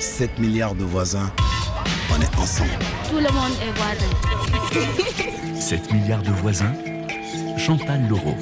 7 milliards de voisins, on est ensemble. Tout le monde est voisin. 7 milliards de voisins, Chantal Laureau.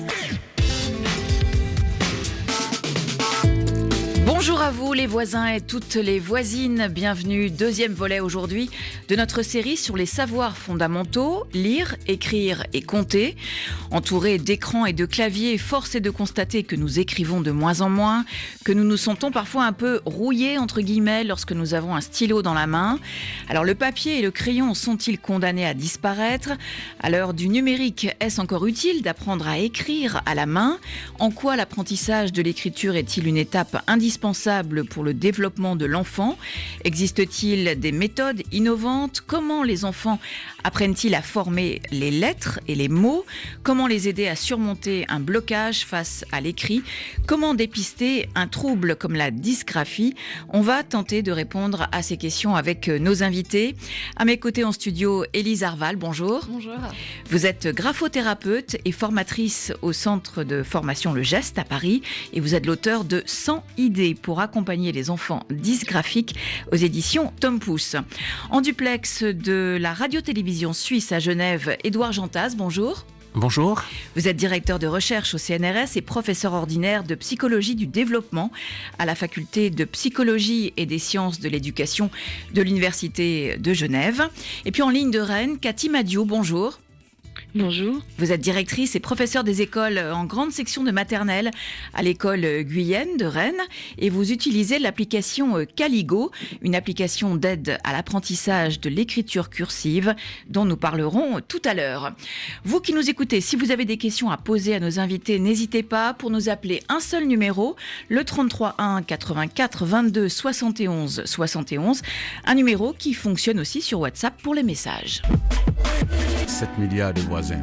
Bonjour à vous les voisins et toutes les voisines, bienvenue, deuxième volet aujourd'hui de notre série sur les savoirs fondamentaux, lire, écrire et compter. Entourés d'écrans et de claviers, force est de constater que nous écrivons de moins en moins, que nous nous sentons parfois un peu rouillés entre guillemets lorsque nous avons un stylo dans la main. Alors le papier et le crayon sont-ils condamnés à disparaître ? À l'heure du numérique, est-ce encore utile d'apprendre à écrire à la main ? En quoi l'apprentissage de l'écriture est-il une étape indispensable pour le développement de l'enfant ? Existe-t-il des méthodes innovantes ? Comment les enfants apprennent-ils à former les lettres et les mots ? Comment les aider à surmonter un blocage face à l'écrit ? Comment dépister un trouble comme la dysgraphie ? On va tenter de répondre à ces questions avec nos invités. À mes côtés en studio, Élise Arval, bonjour. Bonjour. Vous êtes graphothérapeute et formatrice au centre de formation Le Geste à Paris et vous êtes l'auteur de 100 idées pour accompagner les enfants dysgraphiques aux éditions Tom Pouce. En duplex de la radio-télévision suisse à Genève, Édouard Jantas, bonjour. Bonjour. Vous êtes directeur de recherche au CNRS et professeur ordinaire de psychologie du développement à la faculté de psychologie et des sciences de l'éducation de l'Université de Genève. Et puis en ligne de Rennes, Cathy Madiot, bonjour. Bonjour. Vous êtes directrice et professeure des écoles en grande section de maternelle à l'école Guyenne de Rennes et vous utilisez l'application Caligo, une application d'aide à l'apprentissage de l'écriture cursive dont nous parlerons tout à l'heure. Vous qui nous écoutez, si vous avez des questions à poser à nos invités, n'hésitez pas pour nous appeler un seul numéro, le 33 1 84 22 71 71, un numéro qui fonctionne aussi sur WhatsApp pour les messages. 7 milliards de voisins.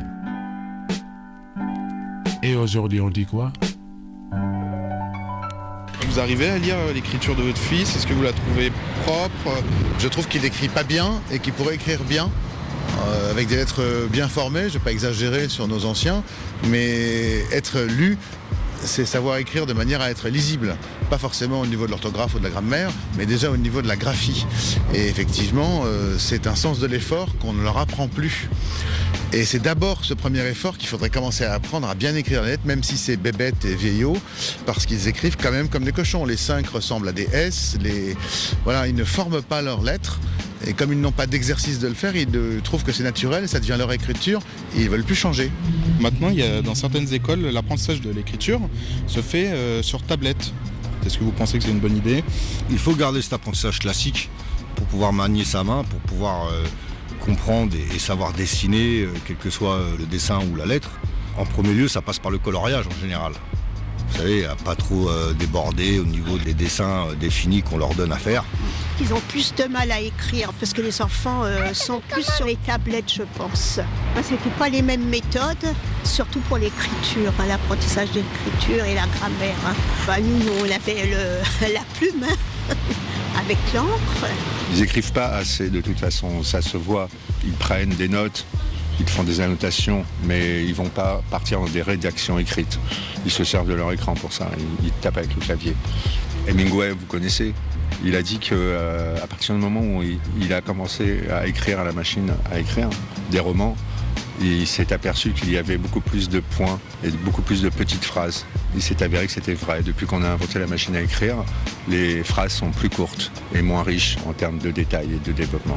Et aujourd'hui, on dit quoi ? Vous arrivez à lire l'écriture de votre fils ? Est-ce que vous la trouvez propre ? Je trouve qu'il n'écrit pas bien et qu'il pourrait écrire bien, avec des lettres bien formées. Je ne vais pas exagérer sur nos anciens, mais être lu, c'est savoir écrire de manière à être lisible. Pas forcément au niveau de l'orthographe ou de la grammaire, mais déjà au niveau de la graphie. Et effectivement, c'est un sens de l'effort qu'on ne leur apprend plus. Et c'est d'abord ce premier effort qu'il faudrait commencer à apprendre à bien écrire les lettres, même si c'est bébête et vieillot, parce qu'ils écrivent quand même comme des cochons. Les 5 ressemblent à des S, voilà, ils ne forment pas leurs lettres. Et comme ils n'ont pas d'exercice de le faire, ils trouvent que c'est naturel, ça devient leur écriture, et ils ne veulent plus changer. Maintenant, dans certaines écoles, l'apprentissage de l'écriture se fait sur tablette. Est-ce que vous pensez que c'est une bonne idée ? Il faut garder cet apprentissage classique pour pouvoir manier sa main, pour pouvoir comprendre et savoir dessiner, quel que soit le dessin ou la lettre. En premier lieu, ça passe par le coloriage en général. Vous savez, à pas trop déborder au niveau des dessins définis qu'on leur donne à faire. Ils ont plus de mal à écrire parce que les enfants sont plus sur les tablettes, je pense. C'était pas les mêmes méthodes, surtout pour l'écriture, l'apprentissage de l'écriture et la grammaire. Nous, on avait la plume avec l'encre. Ils n'écrivent pas assez de toute façon, ça se voit. Ils prennent des notes, ils font des annotations, mais ils ne vont pas partir dans des rédactions écrites. Ils se servent de leur écran pour ça, ils tapent avec le clavier. Hemingway, vous connaissez ? Il a dit qu'à partir du moment où il a commencé à écrire à la machine à écrire des romans, il s'est aperçu qu'il y avait beaucoup plus de points et beaucoup plus de petites phrases. Il s'est avéré que c'était vrai. Depuis qu'on a inventé la machine à écrire, les phrases sont plus courtes et moins riches en termes de détails et de développement.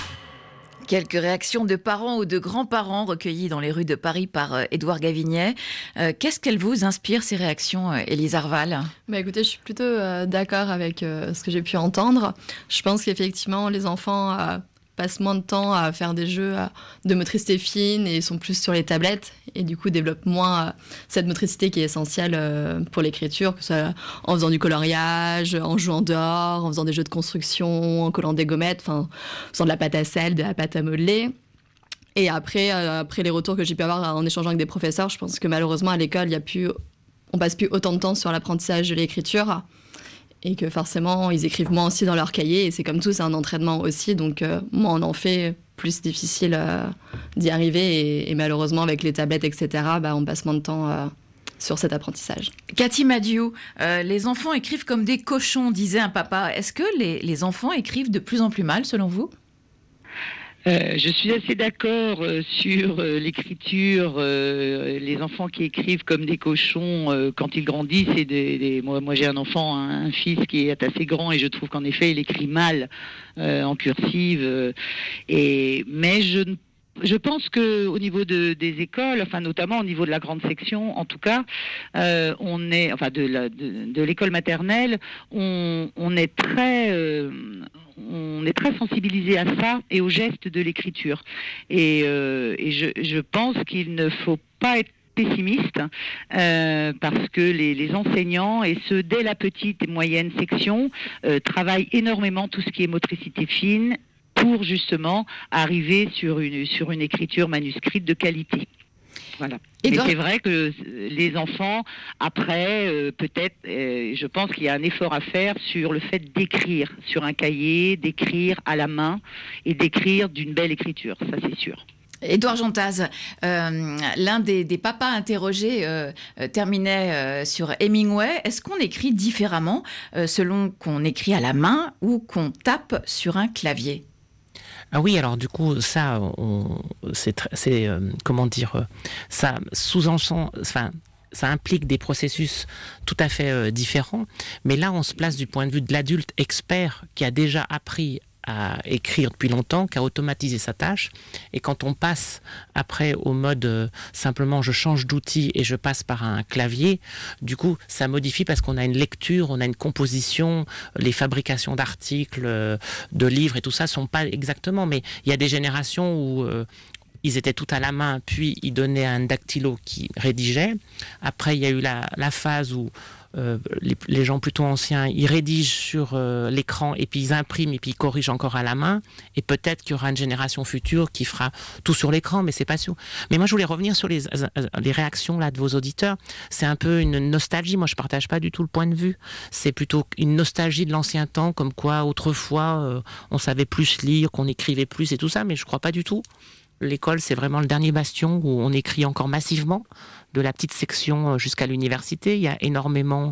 Quelques réactions de parents ou de grands-parents recueillies dans les rues de Paris par Édouard Gavignet. Qu'est-ce qu'elles vous inspirent, ces réactions, Élise Arval ? Écoutez, je suis plutôt d'accord avec ce que j'ai pu entendre. Je pense qu'effectivement, les enfants passent moins de temps à faire des jeux de motricité fine et sont plus sur les tablettes et du coup développent moins cette motricité qui est essentielle pour l'écriture, que ce soit en faisant du coloriage, en jouant dehors, en faisant des jeux de construction, en collant des gommettes, en faisant de la pâte à sel, de la pâte à modeler. Et après les retours que j'ai pu avoir en échangeant avec des professeurs, je pense que malheureusement à l'école, on passe plus autant de temps sur l'apprentissage de l'écriture. Et que forcément, ils écrivent moins aussi dans leur cahier. Et c'est comme tout, c'est un entraînement aussi. Donc, moins on en fait, plus difficile d'y arriver. Et malheureusement, avec les tablettes, etc., on passe moins de temps sur cet apprentissage. Cathy Madiou, les enfants écrivent comme des cochons, disait un papa. Est-ce que les enfants écrivent de plus en plus mal, selon vous ? Je suis assez d'accord sur l'écriture. Les enfants qui écrivent comme des cochons quand ils grandissent, moi j'ai un enfant, un fils qui est assez grand et je trouve qu'en effet il écrit mal en cursive. Mais je pense que au niveau des écoles, enfin notamment au niveau de la grande section, en tout cas, de l'école maternelle, on est très sensibilisé à ça et au geste de l'écriture. Et je pense qu'il ne faut pas être pessimiste parce que les enseignants, et ceux dès la petite et moyenne section, travaillent énormément tout ce qui est motricité fine pour justement arriver sur une écriture manuscrite de qualité. Voilà. Mais c'est vrai que les enfants, après, peut-être, je pense qu'il y a un effort à faire sur le fait d'écrire sur un cahier, d'écrire à la main et d'écrire d'une belle écriture, ça c'est sûr. Édouard Jontaz, l'un des papas interrogés terminait sur Hemingway. Est-ce qu'on écrit différemment selon qu'on écrit à la main ou qu'on tape sur un clavier ? Ah oui, alors du coup, ça, ça sous-entend, enfin, ça implique des processus tout à fait différents. Mais là, on se place du point de vue de l'adulte expert qui a déjà appris à écrire depuis longtemps, qui a automatisé sa tâche. Et quand on passe après au mode simplement je change d'outil et je passe par un clavier, du coup ça modifie parce qu'on a une lecture, on a une composition, les fabrications d'articles, de livres et tout ça sont pas exactement, mais il y a des générations où ils étaient tout à la main, puis ils donnaient un dactylo qui rédigeait. Après il y a eu la phase où les gens plutôt anciens, ils rédigent sur l'écran et puis ils impriment et puis ils corrigent encore à la main. Et peut-être qu'il y aura une génération future qui fera tout sur l'écran, mais c'est pas sûr. Mais moi, je voulais revenir sur les réactions là de vos auditeurs. C'est un peu une nostalgie. Moi, je partage pas du tout le point de vue. C'est plutôt une nostalgie de l'ancien temps, comme quoi autrefois on savait plus lire, qu'on écrivait plus et tout ça. Mais je crois pas du tout. L'école, c'est vraiment le dernier bastion où on écrit encore massivement, de la petite section jusqu'à l'université. Il y a énormément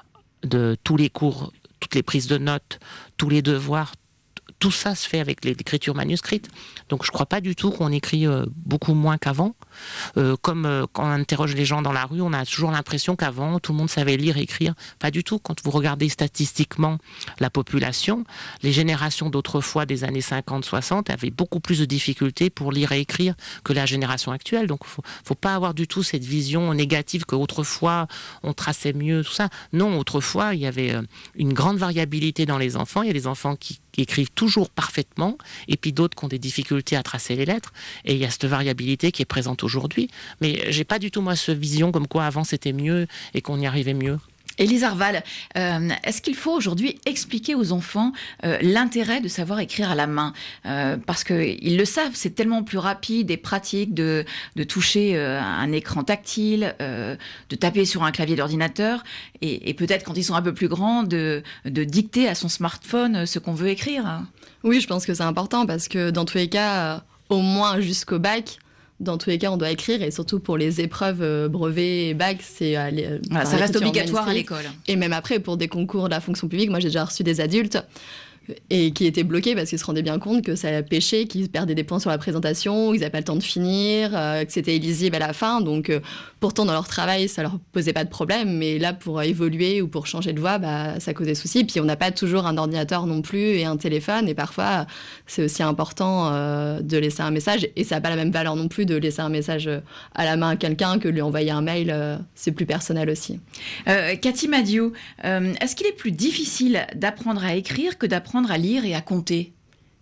de tous les cours, toutes les prises de notes, tous les devoirs. Tout ça se fait avec l'écriture manuscrite. Donc je ne crois pas du tout qu'on écrit beaucoup moins qu'avant. Comme quand on interroge les gens dans la rue, on a toujours l'impression qu'avant, tout le monde savait lire et écrire. Pas du tout. Quand vous regardez statistiquement la population, les générations d'autrefois, des années 50-60, avaient beaucoup plus de difficultés pour lire et écrire que la génération actuelle. Donc il ne faut pas avoir du tout cette vision négative qu'autrefois, on traçait mieux, tout ça. Non, autrefois, il y avait une grande variabilité dans les enfants. Il y a des enfants qui écrivent toujours parfaitement, et puis d'autres qui ont des difficultés à tracer les lettres, et il y a cette variabilité qui est présente aujourd'hui. Mais j'ai pas du tout, moi, cette vision comme quoi avant c'était mieux et qu'on y arrivait mieux. Élise Arval, est-ce qu'il faut aujourd'hui expliquer aux enfants l'intérêt de savoir écrire à la main parce qu'ils le savent, c'est tellement plus rapide et pratique de toucher un écran tactile, de taper sur un clavier d'ordinateur et peut-être quand ils sont un peu plus grands de dicter à son smartphone ce qu'on veut écrire. Oui, je pense que c'est important parce que dans tous les cas, au moins jusqu'au bac, dans tous les cas, on doit écrire, et surtout pour les épreuves brevet et bac, c'est ça reste obligatoire à l'école. Et même après, pour des concours de la fonction publique, moi j'ai déjà reçu des adultes et qui étaient bloqués parce qu'ils se rendaient bien compte que ça pêchait, qu'ils perdaient des points sur la présentation, ils n'avaient pas le temps de finir, que c'était illisible à la fin. Donc pourtant dans leur travail ça leur posait pas de problème, mais là pour évoluer ou pour changer de voie, ça causait souci. Puis on n'a pas toujours un ordinateur non plus et un téléphone, et parfois c'est aussi important de laisser un message, et ça n'a pas la même valeur non plus de laisser un message à la main à quelqu'un que de lui envoyer un mail, c'est plus personnel aussi. Cathy Madiou, est-ce qu'il est plus difficile d'apprendre à écrire que d'apprendre à lire et à compter?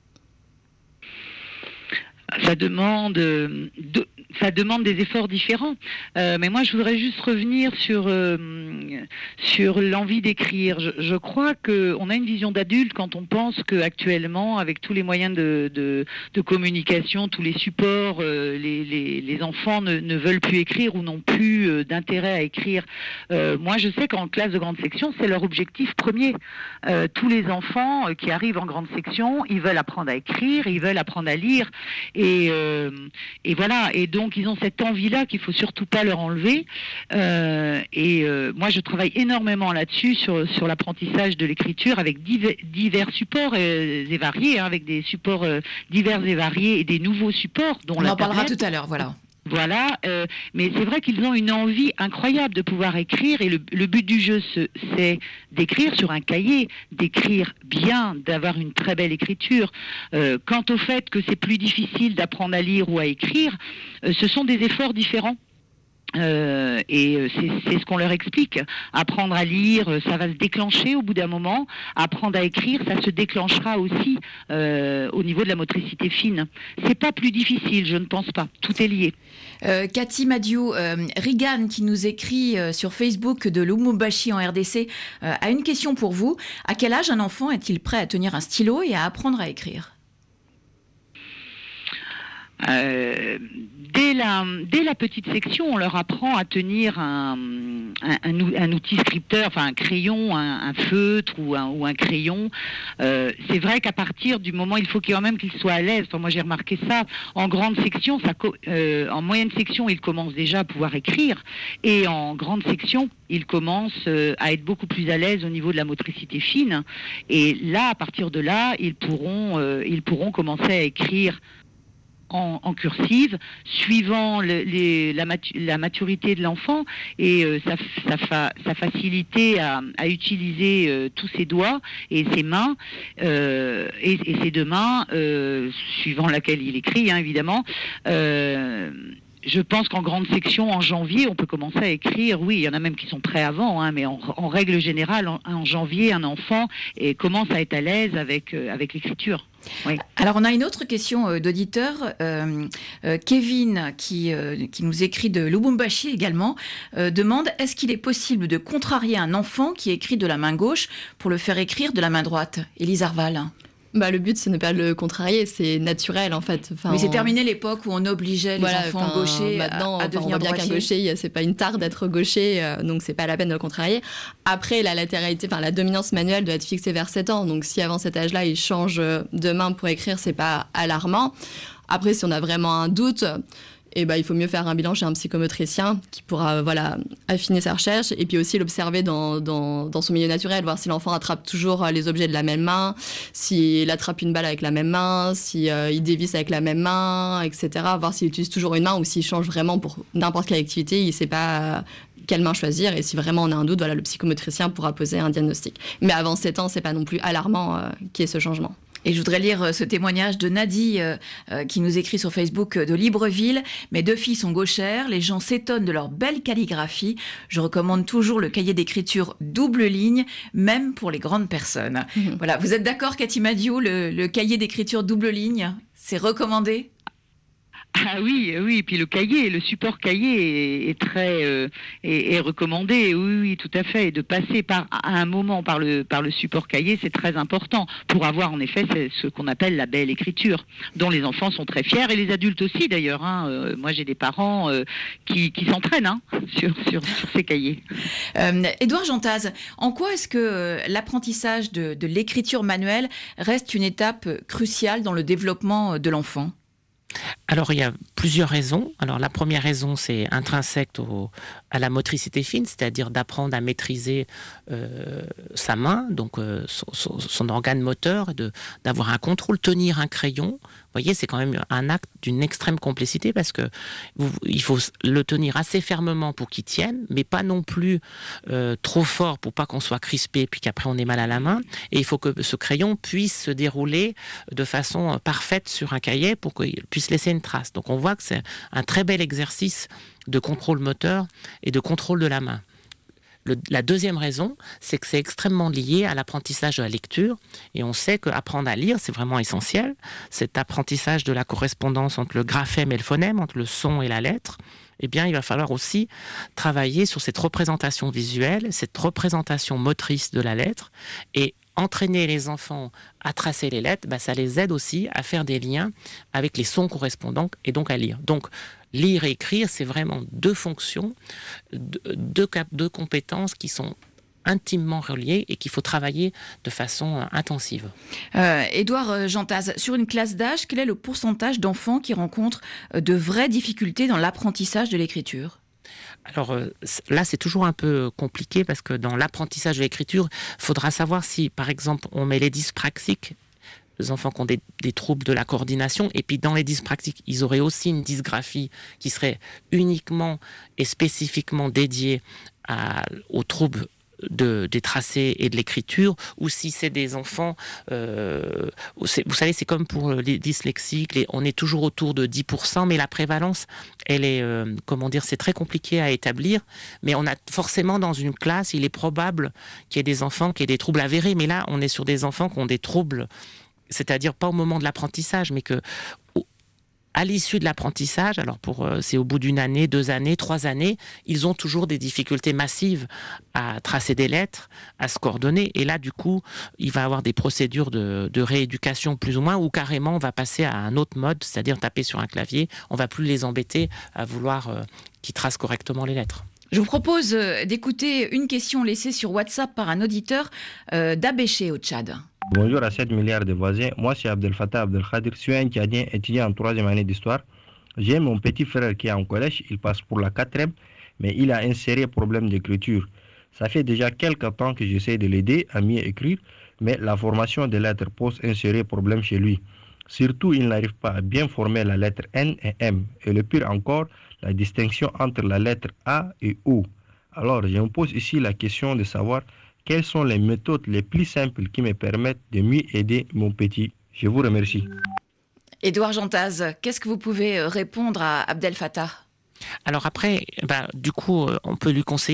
Ça demande des efforts différents. Mais moi, je voudrais juste revenir sur l'envie d'écrire. Je crois qu'on a une vision d'adulte quand on pense qu'actuellement, avec tous les moyens de communication, tous les supports, les enfants ne veulent plus écrire ou n'ont plus d'intérêt à écrire. Moi, je sais qu'en classe de grande section, c'est leur objectif premier. Tous les enfants qui arrivent en grande section, ils veulent apprendre à écrire, ils veulent apprendre à lire. Et voilà. Et donc, donc ils ont cette envie-là qu'il faut surtout pas leur enlever. Moi, je travaille énormément là-dessus sur l'apprentissage de l'écriture avec divers supports et variés, hein, avec des supports divers et variés et des nouveaux supports. Dont on en parlera tout à l'heure, voilà. Voilà, mais c'est vrai qu'ils ont une envie incroyable de pouvoir écrire et le but du jeu, c'est d'écrire sur un cahier, d'écrire bien, d'avoir une très belle écriture. Quant au fait que c'est plus difficile d'apprendre à lire ou à écrire, ce sont des efforts différents. C'est ce qu'on leur explique. Apprendre à lire, ça va se déclencher au bout d'un moment. Apprendre à écrire, ça se déclenchera aussi au niveau de la motricité fine. C'est pas plus difficile, je ne pense pas. Tout est lié. Cathy Madiou, Rigan qui nous écrit sur Facebook de Lumumbashi en RDC a une question pour vous. À quel âge un enfant est-il prêt à tenir un stylo et à apprendre à écrire ? Dès la petite section, on leur apprend à tenir un outil scripteur, enfin un crayon, un feutre ou un crayon. C'est vrai qu'à partir du moment, il faut quand même qu'ils soient à l'aise. Enfin, moi, j'ai remarqué ça. En grande section, en moyenne section, ils commencent déjà à pouvoir écrire, et en grande section, ils commencent à être beaucoup plus à l'aise au niveau de la motricité fine. Et là, à partir de là, ils pourront commencer à écrire en cursive, suivant la maturité de l'enfant et sa facilité à utiliser tous ses doigts et ses mains et ses deux mains, suivant laquelle il écrit, hein, évidemment. Je pense qu'en grande section, en janvier, on peut commencer à écrire. Oui, il y en a même qui sont prêts avant, hein, mais en règle générale, en janvier, un enfant commence à être à l'aise avec l'écriture. Oui. Alors, on a une autre question d'auditeur. Kevin, qui nous écrit de Lubumbashi également, demande « Est-ce qu'il est possible de contrarier un enfant qui écrit de la main gauche pour le faire écrire de la main droite ?» Élise Arval. Le but, c'est ne pas le contrarier, c'est naturel en fait. Mais c'est terminé l'époque où on obligeait les enfants gauchers à devenir droitiers. Qu'un gaucher, c'est pas une tare d'être gaucher, donc c'est pas la peine de le contrarier. Après, la latéralité, la dominance manuelle doit être fixée vers 7 ans, donc si avant cet âge-là, il change de main pour écrire, c'est pas alarmant. Après, si on a vraiment un doute, il faut mieux faire un bilan chez un psychomotricien qui pourra affiner sa recherche et puis aussi l'observer dans son milieu naturel, voir si l'enfant attrape toujours les objets de la même main, s'il attrape une balle avec la même main, s'il dévisse avec la même main, etc. Voir s'il utilise toujours une main ou s'il change vraiment pour n'importe quelle activité, il ne sait pas quelle main choisir, et si vraiment on a un doute, le psychomotricien pourra poser un diagnostic. Mais avant 7 ans, c'est pas non plus alarmant qu'il y ait ce changement. Et je voudrais lire ce témoignage de Nadie qui nous écrit sur Facebook de Libreville. « Mes 2 filles sont gauchères, les gens s'étonnent de leur belle calligraphie. Je recommande toujours le cahier d'écriture double ligne, même pour les grandes personnes. » Voilà, vous êtes d'accord, Cathy Madiou, le cahier d'écriture double ligne, c'est recommandé ? Ah oui, et puis le support cahier est très est recommandé. Oui, tout à fait. Et de passer à un moment par le support cahier, c'est très important pour avoir en effet ce qu'on appelle la belle écriture, dont les enfants sont très fiers et les adultes aussi d'ailleurs. Hein. Moi, j'ai des parents qui s'entraînent sur ces cahiers. Édouard Jantaz, en quoi est-ce que l'apprentissage de l'écriture manuelle reste une étape cruciale dans le développement de l'enfant ? Alors, il y a plusieurs raisons. Alors, la première raison, c'est intrinsèque à la motricité fine, c'est-à-dire d'apprendre à maîtriser sa main, donc son organe moteur, d'avoir un contrôle, tenir un crayon. Vous voyez, c'est quand même un acte d'une extrême complexité parce que il faut le tenir assez fermement pour qu'il tienne, mais pas non plus trop fort pour pas qu'on soit crispé puis qu'après on ait mal à la main. Et il faut que ce crayon puisse se dérouler de façon parfaite sur un cahier pour qu'il puisse laisser une trace. Donc on voit que c'est un très bel exercice de contrôle moteur et de contrôle de la main. La deuxième raison, c'est que c'est extrêmement lié à l'apprentissage de la lecture. Et on sait qu'apprendre à lire, c'est vraiment essentiel. Cet apprentissage de la correspondance entre le graphème et le phonème, entre le son et la lettre, eh bien, il va falloir aussi travailler sur cette représentation visuelle, cette représentation motrice de la lettre. Et entraîner les enfants à tracer les lettres, ça les aide aussi à faire des liens avec les sons correspondants et donc à lire. Donc, lire et écrire, c'est vraiment 2 fonctions, deux compétences qui sont intimement reliés et qu'il faut travailler de façon intensive. Édouard Jantaz, sur une classe d'âge, quel est le pourcentage d'enfants qui rencontrent de vraies difficultés dans l'apprentissage de l'écriture ? Alors là, c'est toujours un peu compliqué parce que dans l'apprentissage de l'écriture, il faudra savoir si, par exemple, on met les dyspraxiques, les enfants qui ont des troubles de la coordination, et puis dans les dyspraxiques, ils auraient aussi une dysgraphie qui serait uniquement et spécifiquement dédiée aux troubles des tracés et de l'écriture, ou si c'est des enfants, vous savez, c'est comme pour les dyslexiques, on est toujours autour de 10%, mais la prévalence, elle est, c'est très compliqué à établir, mais on a forcément dans une classe, il est probable qu'il y ait des enfants qui aient des troubles avérés, mais là, on est sur des enfants qui ont des troubles, c'est-à-dire pas au moment de l'apprentissage, mais que à l'issue de l'apprentissage, alors c'est au bout d'une année, 2 années, 3 années, ils ont toujours des difficultés massives à tracer des lettres, à se coordonner. Et là, du coup, il va y avoir des procédures de rééducation plus ou moins, ou carrément on va passer à un autre mode, c'est-à-dire taper sur un clavier. On ne va plus les embêter à vouloir qu'ils tracent correctement les lettres. Je vous propose d'écouter une question laissée sur WhatsApp par un auditeur d'Abéché au Tchad. Bonjour à 7 milliards de voisins. Moi, c'est Abdel Fattah Abdel Khadir. Je suis un Tchadien étudiant en 3e année d'histoire. J'ai mon petit frère qui est en collège. Il passe pour la 4e, mais il a un sérieux problème d'écriture. Ça fait déjà quelques temps que j'essaie de l'aider à mieux écrire, mais la formation des lettres pose un sérieux problème chez lui. Surtout, il n'arrive pas à bien former la lettre N et M. Et le pire encore, la distinction entre la lettre A et O. Alors, je me pose ici la question de savoir quelles sont les méthodes les plus simples qui me permettent de mieux aider mon petit. Je vous remercie. Édouard Jantaz, qu'est-ce que vous pouvez répondre à Abdel Fattah ? Alors après, du coup, on peut lui conseiller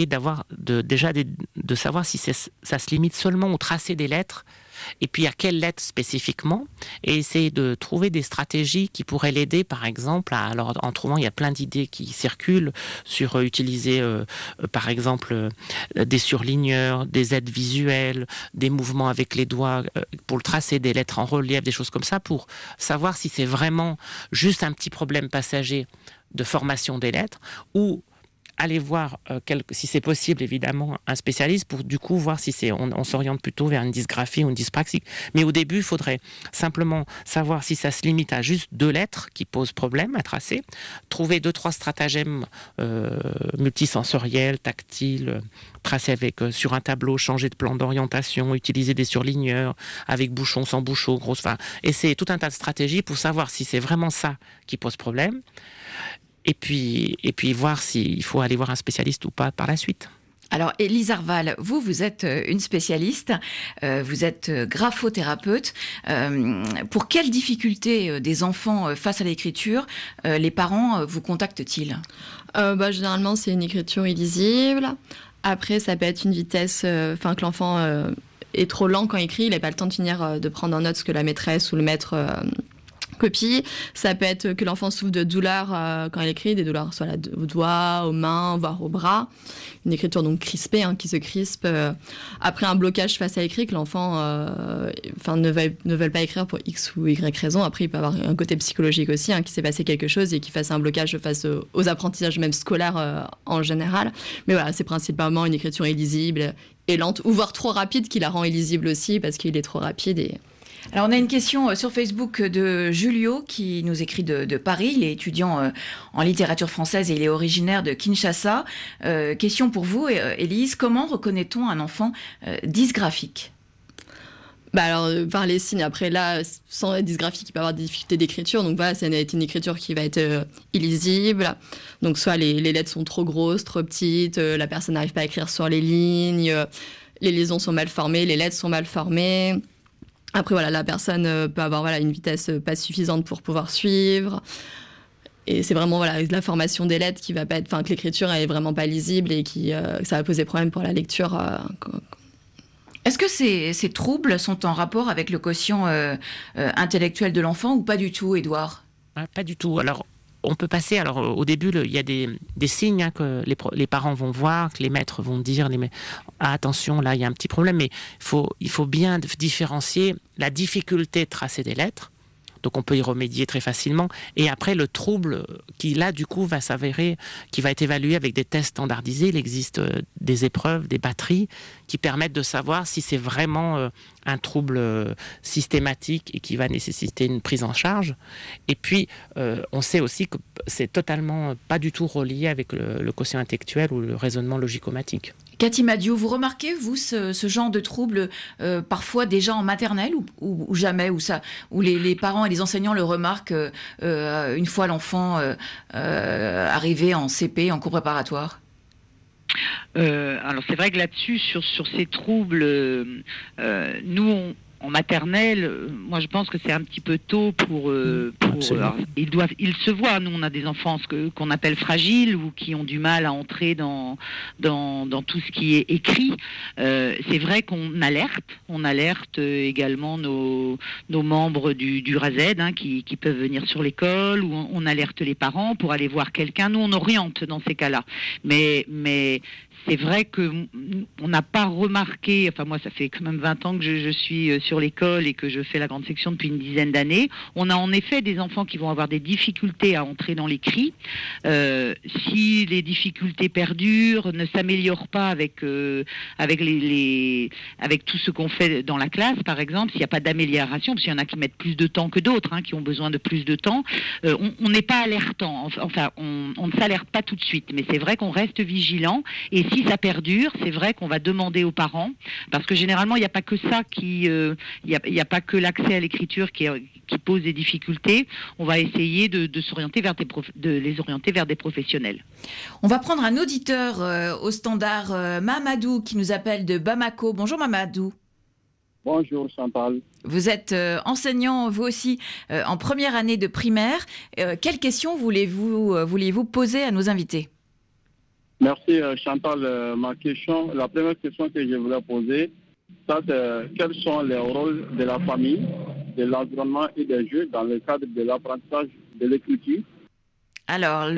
de savoir si ça se limite seulement au tracé des lettres, et puis à quelles lettres spécifiquement, et essayer de trouver des stratégies qui pourraient l'aider, par exemple, en trouvant, il y a plein d'idées qui circulent sur utiliser, par exemple, des surligneurs, des aides visuelles, des mouvements avec les doigts pour le tracer des lettres en relief, des choses comme ça, pour savoir si c'est vraiment juste un petit problème passager de formation des lettres, ou aller voir, si c'est possible évidemment, un spécialiste pour du coup voir si on s'oriente plutôt vers une dysgraphie ou une dyspraxique. Mais au début, il faudrait simplement savoir si ça se limite à juste 2 lettres qui posent problème à tracer, trouver 2-3 stratagèmes multisensoriels, tactiles, tracer sur un tableau, changer de plan d'orientation, utiliser des surligneurs, avec bouchon, sans bouchon, essayer tout un tas de stratégies pour savoir si c'est vraiment ça qui pose problème. Et puis voir s'il faut aller voir un spécialiste ou pas par la suite. Alors, Élise Arval, vous êtes une spécialiste, vous êtes graphothérapeute. Pour quelles difficultés des enfants face à l'écriture, les parents vous contactent-ils ? Généralement, c'est une écriture illisible. Après, ça peut être une vitesse, que l'enfant est trop lent quand il écrit, il n'a pas le temps de finir de prendre en note ce que la maîtresse ou le maître copie. Ça peut être que l'enfant souffre de douleurs quand il écrit, des douleurs soit aux doigts, aux mains, voire aux bras. Une écriture donc crispée, qui se crispe. Après un blocage face à l'écrit, que l'enfant ne veut pas écrire pour X ou Y raison. Après, il peut avoir un côté psychologique aussi, qu'il s'est passé quelque chose et qu'il fasse un blocage face aux apprentissages même scolaires en général. Mais voilà, c'est principalement une écriture illisible et lente, ou voire trop rapide, qui la rend illisible aussi parce qu'il est trop rapide. Alors, on a une question sur Facebook de Julio qui nous écrit de Paris. Il est étudiant en littérature française et il est originaire de Kinshasa. Question pour vous, Élise. Comment reconnaît-on un enfant dysgraphique ? Par les signes. Après, là, sans être dysgraphique, il peut avoir des difficultés d'écriture. Donc voilà, c'est une écriture qui va être illisible. Donc soit les lettres sont trop grosses, trop petites, la personne n'arrive pas à écrire sur les lignes, les liaisons sont mal formées, les lettres sont mal formées. Après, voilà, la personne peut avoir une vitesse pas suffisante pour pouvoir suivre. Et c'est vraiment la formation des lettres qui va pas être... que l'écriture est vraiment pas lisible et ça va poser problème pour la lecture. Est-ce que ces troubles sont en rapport avec le quotient intellectuel de l'enfant ou pas du tout, Édouard ? Pas du tout. Alors, on peut passer... Alors, au début, il y a des signes que les parents vont voir, que les maîtres vont dire attention, là, il y a un petit problème. Mais il faut bien différencier la difficulté de tracer des lettres Donc on peut y remédier très facilement. Et après, le trouble qui là, du coup, va s'avérer, qui va être évalué avec des tests standardisés. Il existe des épreuves, des batteries qui permettent de savoir si c'est vraiment un trouble systématique et qui va nécessiter une prise en charge. Et puis, on sait aussi que c'est totalement pas du tout relié avec le quotient intellectuel ou le raisonnement logicomatique. Cathy Madiou, vous remarquez, vous, ce genre de trouble parfois déjà en maternelle ou jamais, où les parents et les enseignants le remarquent une fois l'enfant arrivé en CP, en cours préparatoire? Alors c'est vrai que là-dessus, sur ces troubles, nous, en maternelle, moi je pense que c'est un petit peu tôt pour alors, ils se voient. Nous on a des enfants qu'on appelle fragiles ou qui ont du mal à entrer dans tout ce qui est écrit. C'est vrai qu'on alerte également nos membres du RASED qui peuvent venir sur l'école, ou on alerte les parents pour aller voir quelqu'un. Nous on oriente dans ces cas-là, mais c'est vrai qu'on n'a pas remarqué, enfin moi ça fait quand même 20 ans que je suis sur l'école et que je fais la grande section depuis une dizaine d'années. On a en effet des enfants qui vont avoir des difficultés à entrer dans l'écrit. Si les difficultés perdurent, ne s'améliorent pas avec tout ce qu'on fait dans la classe, par exemple, s'il n'y a pas d'amélioration, parce qu'il y en a qui mettent plus de temps que d'autres, qui ont besoin de plus de temps, on n'est pas alertant, enfin on ne s'alerte pas tout de suite, mais c'est vrai qu'on reste vigilant. Et si ça perdure, c'est vrai qu'on va demander aux parents, parce que généralement il n'y a pas que ça il n'y a pas que l'accès à l'écriture qui pose des difficultés. On va essayer de les orienter vers des professionnels. On va prendre un auditeur au standard, Mamadou, qui nous appelle de Bamako. Bonjour Mamadou. Bonjour Chantal. Vous êtes enseignant, vous aussi, en première année de primaire. Quelles questions vouliez-vous poser à nos invités ? Merci Chantal. La première question que je voulais poser, c'est quels sont les rôles de la famille, de l'environnement et des jeux dans le cadre de l'apprentissage de l'écriture? Alors,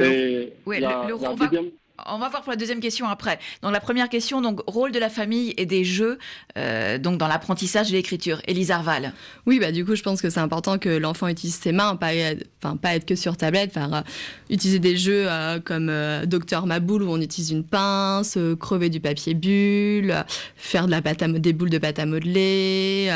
on va voir pour la deuxième question après. Donc la première question, donc rôle de la famille et des jeux donc dans l'apprentissage de l'écriture. Élise Arval. Oui, du coup, je pense que c'est important que l'enfant utilise ses mains, pas être que sur tablette, utiliser des jeux comme Docteur Maboule où on utilise une pince, crever du papier bulle, faire des boules de pâte à modeler,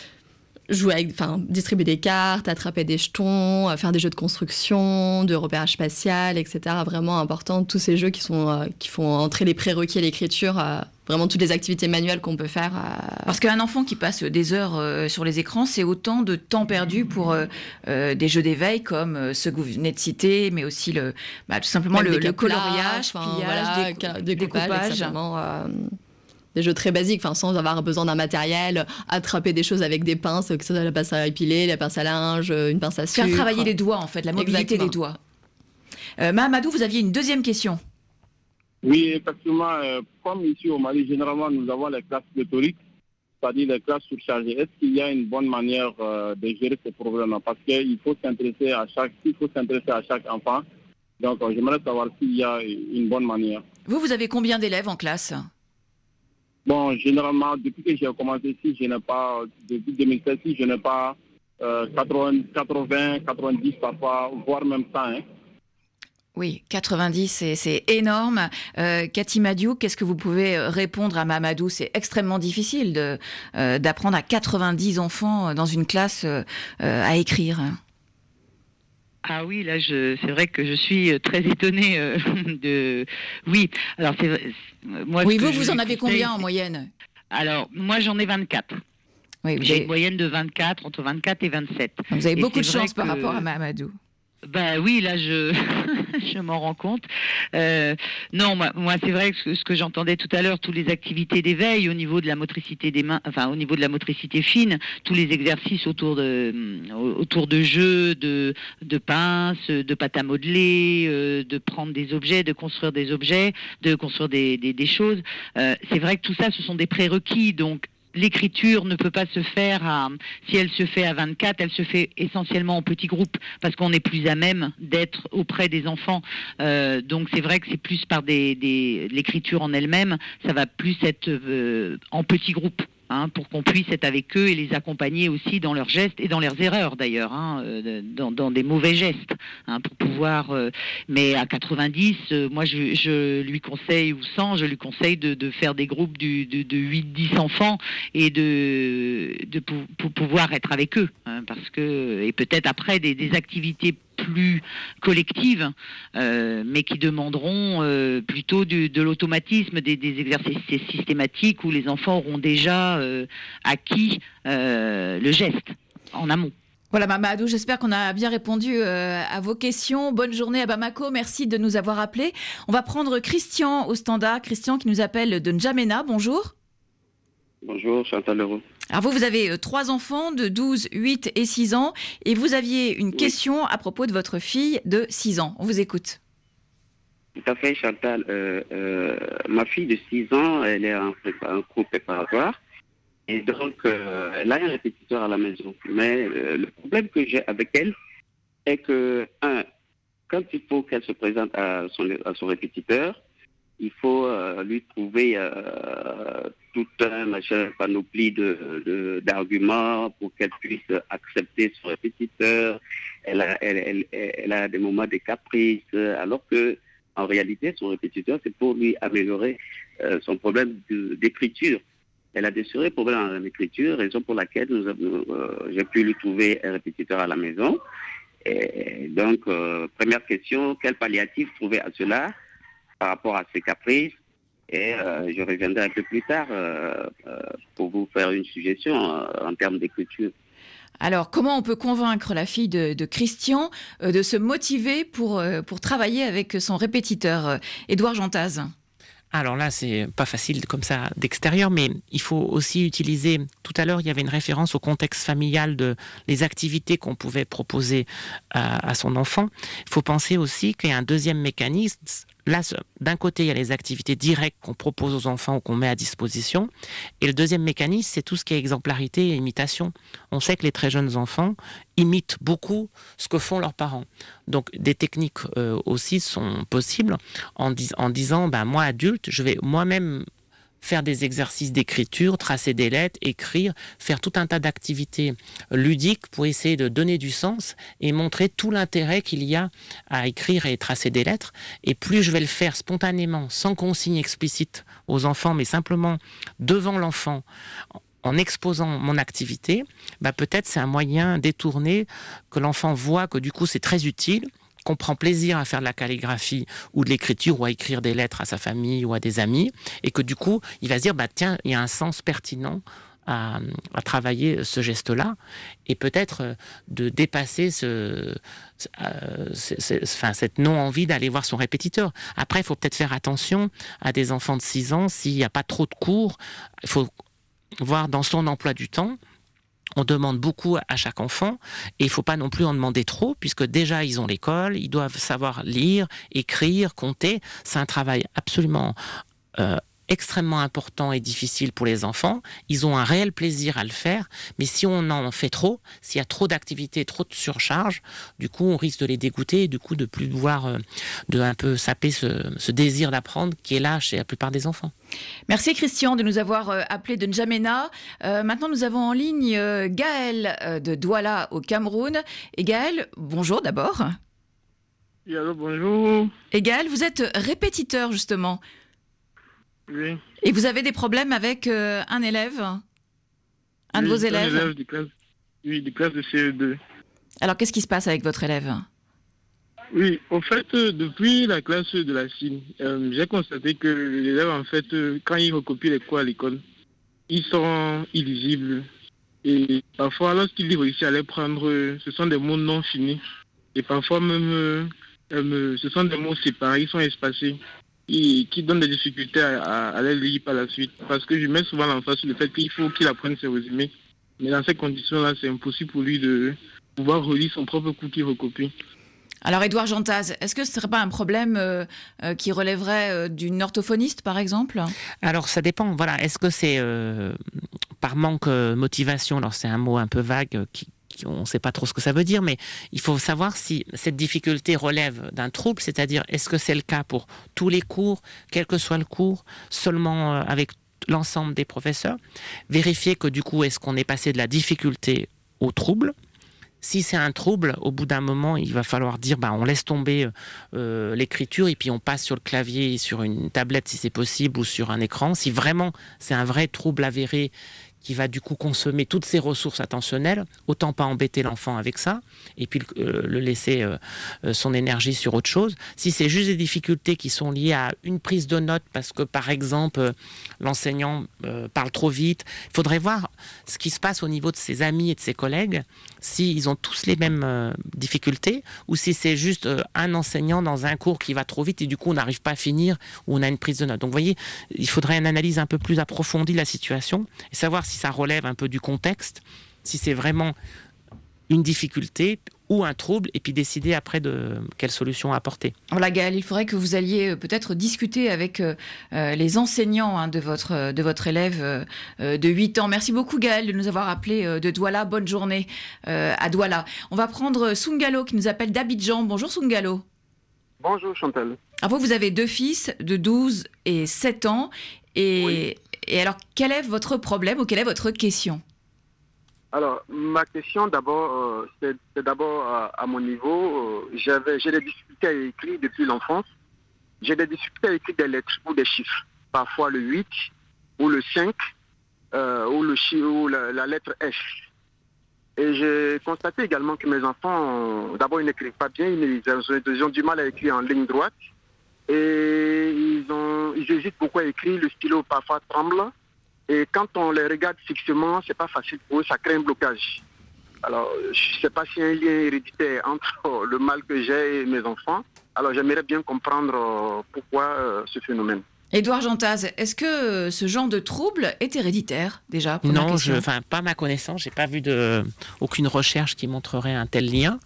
distribuer des cartes, attraper des jetons, faire des jeux de construction, de repérage spatial, etc. Vraiment important, tous ces jeux qui font entrer les prérequis à l'écriture, vraiment toutes les activités manuelles qu'on peut faire. Parce qu'un enfant qui passe des heures sur les écrans, c'est autant de temps perdu pour des jeux d'éveil comme ceux que vous venez de citer, mais aussi tout simplement le coloriage, pliage, découpage. Des jeux très basiques, sans avoir besoin d'un matériel, attraper des choses avec des pinces, que ce soit la pince à épiler, la pince à linge, une pince à sucre. Faire travailler les doigts, en fait, la mobilité des doigts. Mahamadou, vous aviez une deuxième question. Oui, effectivement, comme ici au Mali, généralement, nous avons les classes pléthoriques, c'est-à-dire les classes surchargées. Est-ce qu'il y a une bonne manière de gérer ces problèmes-là? Parce qu'il faut s'intéresser à chaque enfant. Donc, j'aimerais savoir s'il y a une bonne manière. Vous avez combien d'élèves en classe? Bon, généralement, depuis que j'ai commencé ici, depuis 2016, je n'ai pas 80, 90 parfois, voire même 100. Oui, 90, c'est énorme. Cathy Madiou, qu'est-ce que vous pouvez répondre à Mamadou? C'est extrêmement difficile d'apprendre à 90 enfants dans une classe à écrire. Ah oui, là, c'est vrai que je suis très étonnée de... Oui, alors moi... Oui, vous en avez combien en moyenne? Alors, moi, j'en ai 24. Oui, j'ai une moyenne de 24, entre 24 et 27. Vous avez beaucoup de chance par rapport à Mamadou. Oui, là, je m'en rends compte. Non, moi c'est vrai que ce que j'entendais tout à l'heure, toutes les activités d'éveil au niveau de la motricité des mains, au niveau de la motricité fine, tous les exercices autour de jeux, de pinces, de pâte à modeler, de prendre des objets, de construire des objets, de construire des choses. C'est vrai que tout ça, ce sont des prérequis, donc l'écriture ne peut pas se faire si elle se fait à 24, elle se fait essentiellement en petits groupes parce qu'on est plus à même d'être auprès des enfants. Donc c'est vrai que c'est plus par l'écriture en elle-même, ça va plus être en petits groupes. pour qu'on puisse être avec eux et les accompagner aussi dans leurs gestes et dans leurs erreurs d'ailleurs, dans des mauvais gestes, pour pouvoir. Mais à 90, moi je lui conseille, ou 100, je lui conseille de faire des groupes de 8-10 enfants et pour pouvoir être avec eux, parce que et peut-être après des activités plus collectives, mais qui demanderont plutôt de l'automatisme, des exercices systématiques où les enfants auront déjà acquis le geste en amont. Voilà Mamadou, j'espère qu'on a bien répondu à vos questions. Bonne journée à Bamako, merci de nous avoir appelés. On va prendre Christian au standard, Christian qui nous appelle de N'Djamena, bonjour. Bonjour, Chantal Leroux. Alors vous avez 3 enfants de 12, 8 et 6 ans et vous aviez une question à propos de votre fille de 6 ans. On vous écoute. Tout à fait, Chantal. Ma fille de 6 ans, elle est en cours préparatoire et donc elle a un répétiteur à la maison. Mais le problème que j'ai avec elle est que, quand il faut qu'elle se présente à son répétiteur, il faut lui trouver tout un panoplie d'arguments pour qu'elle puisse accepter son répétiteur. Elle a des moments de caprice, alors que en réalité, son répétiteur, c'est pour lui améliorer son problème d'écriture. Elle a des sérieux problèmes en écriture, raison pour laquelle j'ai pu lui trouver un répétiteur à la maison. Et donc, première question, quel palliatif trouver à cela par rapport à ses caprices, et je reviendrai un peu plus tard pour vous faire une suggestion en termes d'écriture. Alors, comment on peut convaincre la fille de Christian de se motiver pour travailler avec son répétiteur, Édouard Jantaz? Alors là, c'est pas facile comme ça d'extérieur, mais il faut aussi utiliser. Tout à l'heure, il y avait une référence au contexte familial de les activités qu'on pouvait proposer à son enfant. Il faut penser aussi qu'il y a un deuxième mécanisme. Là, d'un côté, il y a les activités directes qu'on propose aux enfants ou qu'on met à disposition. Et le deuxième mécanisme, c'est tout ce qui est exemplarité et imitation. On sait que les très jeunes enfants imitent beaucoup ce que font leurs parents. Donc, des techniques aussi sont possibles en disant, moi, adulte, je vais moi-même faire des exercices d'écriture, tracer des lettres, écrire, faire tout un tas d'activités ludiques pour essayer de donner du sens et montrer tout l'intérêt qu'il y a à écrire et tracer des lettres. Et plus je vais le faire spontanément, sans consigne explicite aux enfants, mais simplement devant l'enfant, en exposant mon activité, peut-être c'est un moyen détourné que l'enfant voit que du coup c'est très utile, qu'on prend plaisir à faire de la calligraphie ou de l'écriture ou à écrire des lettres à sa famille ou à des amis, et que du coup, il va se dire, tiens, il y a un sens pertinent à travailler ce geste-là, et peut-être de dépasser cette non-envie d'aller voir son répétiteur. Après, il faut peut-être faire attention à des enfants de 6 ans, s'il n'y a pas trop de cours, il faut voir dans son emploi du temps. On demande beaucoup à chaque enfant et il ne faut pas non plus en demander trop, puisque déjà ils ont l'école, ils doivent savoir lire, écrire, compter. C'est un travail absolument extrêmement important et difficile pour les enfants. Ils ont un réel plaisir à le faire, mais si on en fait trop, s'il y a trop d'activités, trop de surcharge, du coup on risque de les dégoûter et du coup de plus voir, de un peu saper ce désir d'apprendre qui est là chez la plupart des enfants. Merci Christian de nous avoir appelé de N'Djamena. Maintenant nous avons en ligne Gaël de Douala au Cameroun. Et Gaël, bonjour d'abord. Oui, allô, bonjour. Et Gaël, vous êtes répétiteur justement. Oui. Et vous avez des problèmes avec un élève, un de vos élèves? Un élève de classe, de classe de CE2. Alors qu'est-ce qui se passe avec votre élève? Oui, en fait, depuis la classe de la Chine, j'ai constaté que l'élève, en fait, quand il recopie les cours à l'école, ils sont illisibles. Et parfois, lorsqu'il réussit à les prendre, ce sont des mots non finis. Et parfois même, ce sont des mots séparés, ils sont espacés. Qui donnent des difficultés à les lire par la suite. Parce que je mets souvent l'emphase sur le fait qu'il faut qu'il apprenne ses résumés. Mais dans ces conditions-là, c'est impossible pour lui de pouvoir relire son propre cours qu'il recopie. Alors, Édouard Jantaz, est-ce que ce ne serait pas un problème qui relèverait d'une orthophoniste, par exemple? Alors, ça dépend. Voilà. Est-ce que c'est par manque de motivation? Alors, c'est un mot un peu vague on ne sait pas trop ce que ça veut dire, mais il faut savoir si cette difficulté relève d'un trouble, c'est-à-dire est-ce que c'est le cas pour tous les cours, quel que soit le cours, seulement avec l'ensemble des professeurs, vérifier que du coup, est-ce qu'on est passé de la difficulté au trouble. Si c'est un trouble, au bout d'un moment, il va falloir dire on laisse tomber l'écriture et puis on passe sur le clavier, sur une tablette si c'est possible ou sur un écran. Si vraiment c'est un vrai trouble avéré qui va du coup consommer toutes ses ressources attentionnelles, autant pas embêter l'enfant avec ça et puis le laisser son énergie sur autre chose. Si c'est juste des difficultés qui sont liées à une prise de notes parce que par exemple l'enseignant parle trop vite, il faudrait voir ce qui se passe au niveau de ses amis et de ses collègues, s'ils ont tous les mêmes difficultés ou si c'est juste un enseignant dans un cours qui va trop vite et du coup on n'arrive pas à finir ou on a une prise de notes. Donc vous voyez, il faudrait une analyse un peu plus approfondie de la situation et savoir si ça relève un peu du contexte, si c'est vraiment une difficulté ou un trouble, et puis décider après de quelle solution apporter. Voilà Gaël, il faudrait que vous alliez peut-être discuter avec les enseignants de votre élève de 8 ans. Merci beaucoup Gaël de nous avoir appelé de Douala. Bonne journée à Douala. On va prendre Sungalo qui nous appelle d'Abidjan. Bonjour Sungalo. Bonjour Chantal. Alors vous avez 2 fils de 12 et 7 ans. Et alors, quel est votre problème ou quelle est votre question? Alors, ma question d'abord, c'est d'abord à mon niveau. J'ai des difficultés à écrire depuis l'enfance. J'ai des difficultés à écrire des lettres ou des chiffres. Parfois le 8 ou le 5 ou la lettre F. Et j'ai constaté également que mes enfants, d'abord, ils n'écrivent pas bien. Ils ont du mal à écrire en ligne droite. Et ils hésitent beaucoup à écrire, le stylo parfois tremble. Et quand on les regarde fixement, c'est pas facile pour eux, ça crée un blocage. Alors, je ne sais pas s'il y a un lien héréditaire entre le mal que j'ai et mes enfants. Alors, j'aimerais bien comprendre pourquoi ce phénomène. Édouard Jantaz, est-ce que ce genre de trouble est héréditaire déjà? Non, pas à ma connaissance, j'ai pas vu aucune recherche qui montrerait un tel lien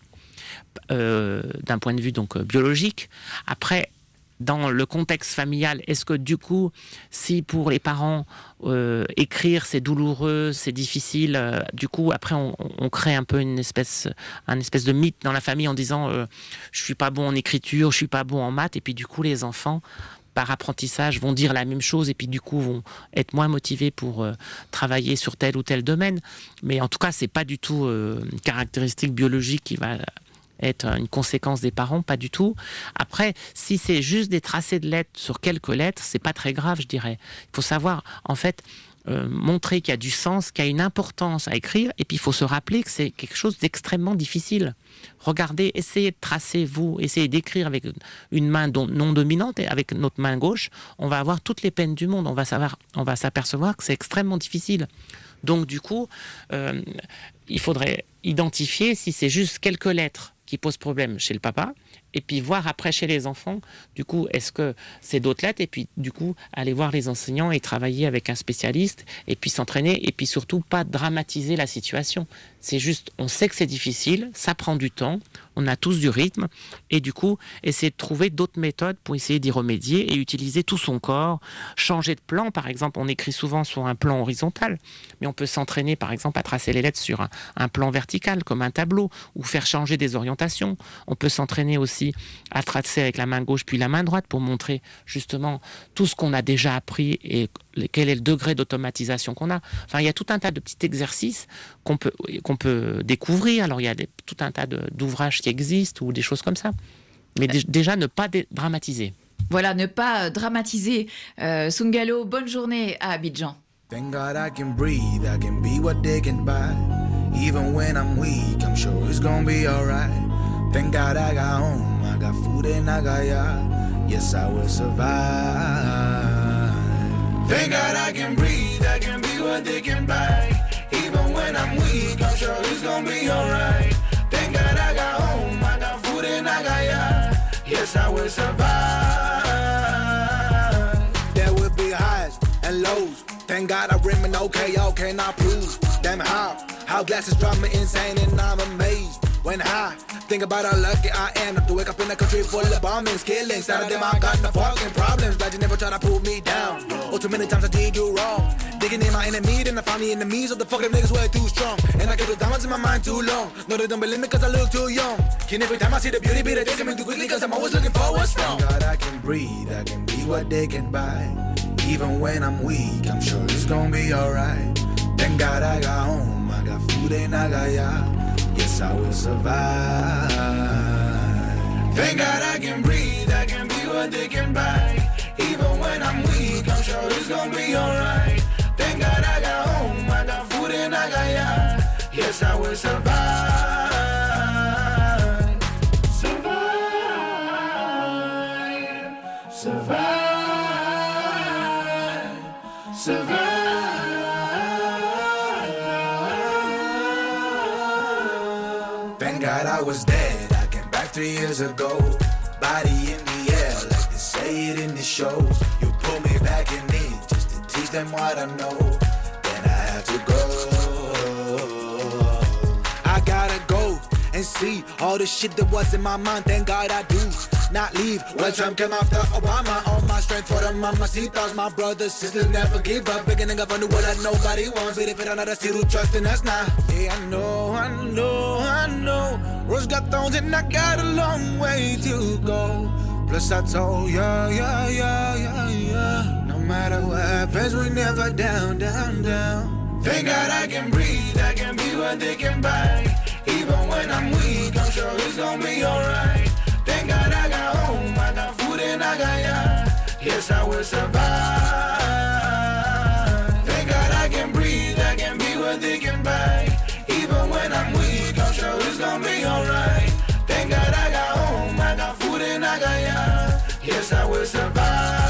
d'un point de vue donc biologique. Après, dans le contexte familial, est-ce que du coup, si pour les parents écrire c'est douloureux, c'est difficile, du coup après on crée un peu un espèce de mythe dans la famille en disant je suis pas bon en écriture, je suis pas bon en maths, et puis du coup les enfants par apprentissage vont dire la même chose et puis du coup vont être moins motivés pour travailler sur tel ou tel domaine. Mais en tout cas c'est pas du tout une caractéristique biologique qui va être une conséquence des parents, pas du tout. Après, si c'est juste des tracés de lettres sur quelques lettres, c'est pas très grave, je dirais. Il faut savoir, en fait, montrer qu'il y a du sens, qu'il y a une importance à écrire, et puis il faut se rappeler que c'est quelque chose d'extrêmement difficile. Regardez, essayez de tracer, essayez d'écrire avec une main non dominante, et avec notre main gauche, on va avoir toutes les peines du monde, on va s'apercevoir que c'est extrêmement difficile. Donc du coup, il faudrait identifier si c'est juste quelques lettres qui posent problème chez le papa, et puis voir après chez les enfants, du coup, est-ce que c'est d'autres lettres, et puis du coup, aller voir les enseignants et travailler avec un spécialiste, et puis s'entraîner, et puis surtout pas dramatiser la situation. C'est juste, on sait que c'est difficile, ça prend du temps, on a tous du rythme, et du coup, essayer de trouver d'autres méthodes pour essayer d'y remédier et utiliser tout son corps, changer de plan, par exemple, on écrit souvent sur un plan horizontal, mais on peut s'entraîner, par exemple, à tracer les lettres sur un plan vertical, comme un tableau, ou faire changer des orientations. On peut s'entraîner aussi à tracer avec la main gauche puis la main droite pour montrer justement tout ce qu'on a déjà appris et quel est le degré d'automatisation qu'on a. Enfin, il y a tout un tas de petits exercices qu'on peut découvrir. Alors, il y a tout un tas d'ouvrages qui existent ou des choses comme ça. Mais déjà, ne pas dramatiser. Voilà, ne pas dramatiser. Sungalo, bonne journée à Abidjan. Thank God I can breathe, I can be what they can buy. Even when I'm weak, I'm sure it's gonna be alright. Thank God I got home, I got food and I got yard. Yes, I will survive. Thank God I can breathe, I can be what they can buy. Even when I'm weak, I'm sure it's gonna be alright. Thank God I got home, I got food and I got yard. Yes, I will survive. There will be highs and lows. Thank God I remain okay, y'all cannot prove. Damn how glasses drive me insane and I'm amazed. When I think about how lucky I am not to wake up in a country full of bombings, killings. Out of them I got no fucking problems. Glad you never try to pull me down. Oh, too many times I did you wrong. Digging in my enemy, then I found the enemies of the fucking niggas way too strong. And I keep the diamonds in my mind too long. No, they don't believe me cause I look too young. And every time I see the beauty, be the day coming too quickly cause I'm always looking for what's wrong. Thank God I can breathe, I can be what they can buy. Even when I'm weak, I'm sure it's gonna be alright. Thank God I got home, I got food and I got ya. Yes, I will survive. Thank God I can breathe, I can be what they can buy. Even when I'm weak, I'm sure it's gonna be alright. Thank God I got home, I got food and I got ya. Yes, I will survive. Thank God I was dead, I came back 3 years ago. Body in the air, like they say it in the shows. You pull me back in it, just to teach them what I know. Then I had to go. I gotta go and see all the shit that was in my mind. Thank God I do not leave. When Trump came after Obama, all my strength for the mamacitas. My brothers, sisters never give up. Beginning up on the world that nobody wants. But if it another still who trust in us now. Yeah, I know. Rose got thorns and I got a long way to go. Plus I told ya. No matter what happens, we never down. Thank God I can breathe, I can be what they can buy. Even when I'm weak, I'm sure it's gonna be alright. Thank God I got home, I got food and I got ya. Yes, I will survive. Thank God I can breathe, I can be what they can buy. Even when I'm weak, I'm sure it's gonna be alright. Thank God I got home, I got food and I got ya. Yes, I will survive.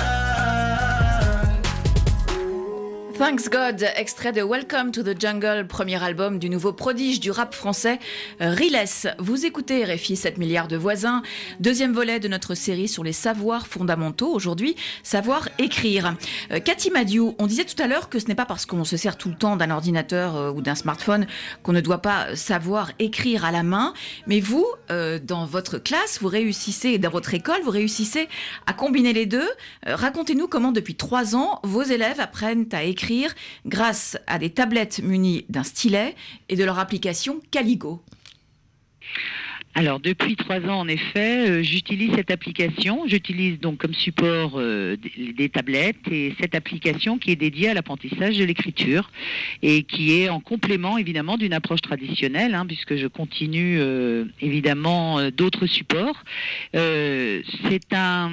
Thanks God, extrait de Welcome to the Jungle, premier album du nouveau prodige du rap français, Riles. Vous écoutez RFI 7 milliards de voisins, deuxième volet de notre série sur les savoirs fondamentaux. Aujourd'hui, savoir écrire. Cathy Madiou, on disait tout à l'heure que ce n'est pas parce qu'on se sert tout le temps d'un ordinateur ou d'un smartphone qu'on ne doit pas savoir écrire à la main. Mais vous, dans votre classe, vous réussissez, dans votre école, vous réussissez à combiner les deux. Racontez-nous comment depuis 3 ans, vos élèves apprennent à écrire grâce à des tablettes munies d'un stylet et de leur application Caligo. Alors, depuis 3 ans, en effet, j'utilise cette application. J'utilise donc comme support des tablettes et cette application qui est dédiée à l'apprentissage de l'écriture et qui est en complément, évidemment, d'une approche traditionnelle, puisque je continue, évidemment, d'autres supports. C'est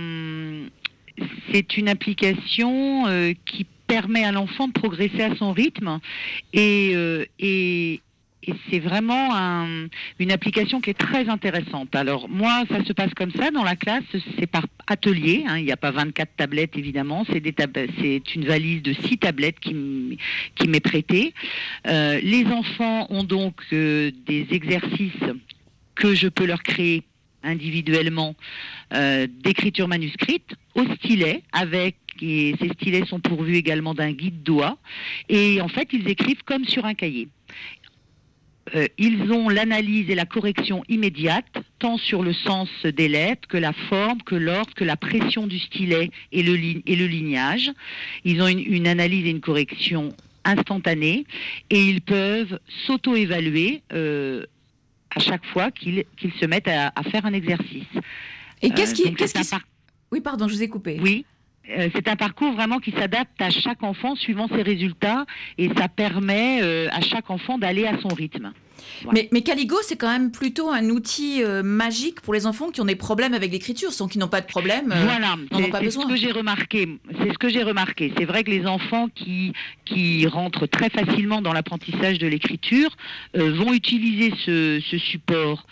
une application qui permet à l'enfant de progresser à son rythme et c'est vraiment une application qui est très intéressante. Alors moi, ça se passe comme ça dans la classe, c'est par atelier, il n'y a pas 24 tablettes évidemment, c'est une valise de 6 tablettes qui m'est prêtée. Les enfants ont donc des exercices que je peux leur créer individuellement d'écriture manuscrite au stylet et ces stylets sont pourvus également d'un guide-doigt et en fait ils écrivent comme sur un cahier. Ils ont l'analyse et la correction immédiate tant sur le sens des lettres que la forme, que l'ordre, que la pression du stylet et le lignage. Ils ont une analyse et une correction instantanée et ils peuvent s'auto-évaluer à chaque fois qu'ils se mettent à faire un exercice. Et Oui, pardon, je vous ai coupé. Oui. C'est un parcours vraiment qui s'adapte à chaque enfant suivant ses résultats et ça permet à chaque enfant d'aller à son rythme. Voilà. Mais Caligo, c'est quand même plutôt un outil magique pour les enfants qui ont des problèmes avec l'écriture, sans qui n'ont pas de problème, voilà, n'en ont pas besoin. C'est ce que j'ai remarqué. C'est vrai que les enfants qui rentrent très facilement dans l'apprentissage de l'écriture vont utiliser ce support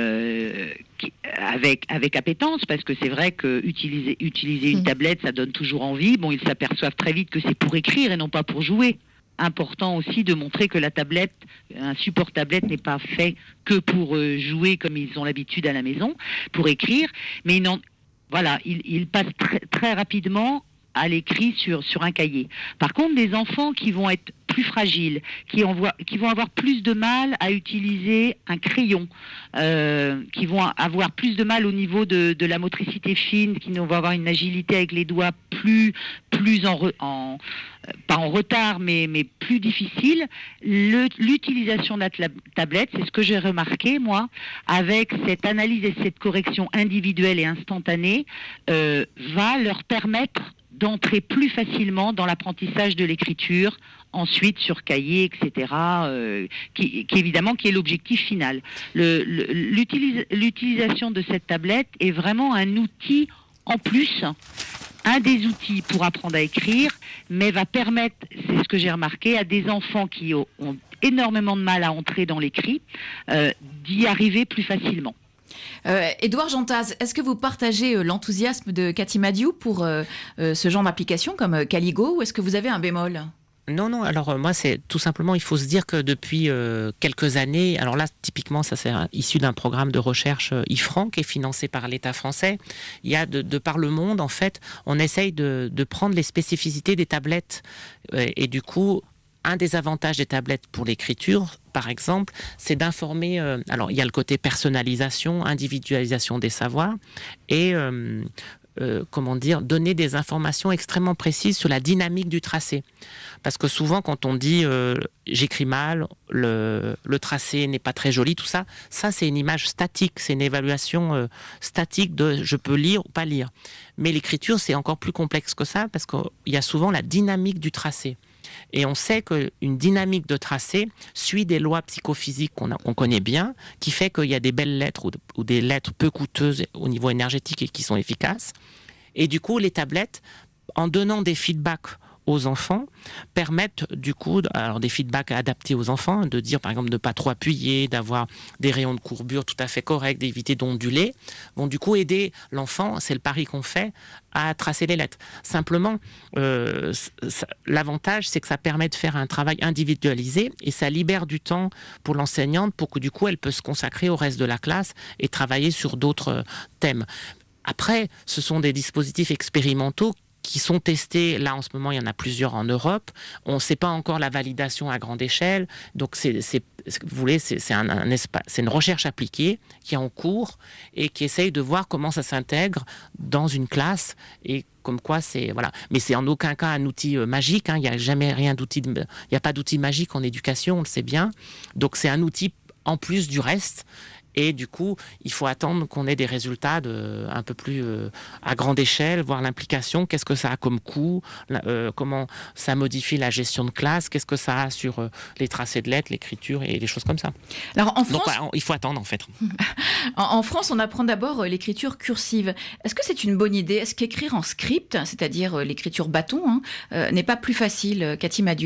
avec appétence, parce que c'est vrai que utiliser une tablette, ça donne toujours envie. Bon, ils s'aperçoivent très vite que c'est pour écrire et non pas pour jouer. Important aussi de montrer que la tablette, un support tablette n'est pas fait que pour jouer comme ils ont l'habitude à la maison, pour écrire, mais ils passent très rapidement à l'écrit sur un cahier. Par contre, des enfants qui vont être plus fragiles, qui vont avoir plus de mal à utiliser un crayon, qui vont avoir plus de mal au niveau de la motricité fine, qui vont avoir une agilité avec les doigts plus pas en retard, mais plus difficile. L'utilisation de la tablette, c'est ce que j'ai remarqué, moi, avec cette analyse et cette correction individuelle et instantanée, va leur permettre d'entrer plus facilement dans l'apprentissage de l'écriture, ensuite sur cahier, etc., qui évidemment qui est l'objectif final. L'utilisation de cette tablette est vraiment un outil en plus, un des outils pour apprendre à écrire, mais va permettre, c'est ce que j'ai remarqué, à des enfants qui ont énormément de mal à entrer dans l'écrit, d'y arriver plus facilement. Édouard Jantaz, est-ce que vous partagez l'enthousiasme de Cathy Madiou pour ce genre d'application comme Caligo, ou est-ce que vous avez un bémol ? Non, alors moi c'est tout simplement, il faut se dire que depuis quelques années, alors là typiquement ça c'est issu d'un programme de recherche IFRAN qui est financé par l'État français, il y a de par le monde en fait, on essaye de prendre les spécificités des tablettes et du coup, un des avantages des tablettes pour l'écriture, par exemple, c'est d'informer, alors il y a le côté personnalisation, individualisation des savoirs et donner des informations extrêmement précises sur la dynamique du tracé. Parce que souvent, quand on dit j'écris mal, le tracé n'est pas très joli, tout ça, c'est une image statique, c'est une évaluation statique de je peux lire ou pas lire. Mais l'écriture, c'est encore plus complexe que ça, parce qu'il y a souvent la dynamique du tracé. Et on sait qu'une dynamique de tracé suit des lois psychophysiques qu'on connaît bien, qui fait qu'il y a des belles lettres ou des lettres peu coûteuses au niveau énergétique et qui sont efficaces. Et du coup, les tablettes, en donnant des feedbacks aux enfants, permettent du coup, alors des feedbacks adaptés aux enfants, de dire par exemple de ne pas trop appuyer, d'avoir des rayons de courbure tout à fait corrects, d'éviter d'onduler, vont du coup aider l'enfant, c'est le pari qu'on fait, à tracer les lettres. Simplement, l'avantage, c'est que ça permet de faire un travail individualisé et ça libère du temps pour l'enseignante pour que du coup, elle peut se consacrer au reste de la classe et travailler sur d'autres thèmes. Après, ce sont des dispositifs expérimentaux qui sont testés. Là, en ce moment, il y en a plusieurs en Europe. On ne sait pas encore la validation à grande échelle. Donc, c'est une recherche appliquée qui est en cours et qui essaye de voir comment ça s'intègre dans une classe et comme quoi c'est voilà. Mais c'est en aucun cas un outil magique. Il n'y a jamais rien d'outil. Il n'y a pas d'outil magique en éducation, on le sait bien. Donc, c'est un outil en plus du reste. Et du coup, il faut attendre qu'on ait des résultats un peu plus à grande échelle, voir l'implication, qu'est-ce que ça a comme coût, comment ça modifie la gestion de classe, qu'est-ce que ça a sur les tracés de lettres, l'écriture et des choses comme ça. Alors, en France, donc, il faut attendre en fait. En France, on apprend d'abord l'écriture cursive. Est-ce que c'est une bonne idée ? Est-ce qu'écrire en script, c'est-à-dire l'écriture bâton, n'est pas plus facile, Cathy Madiou ?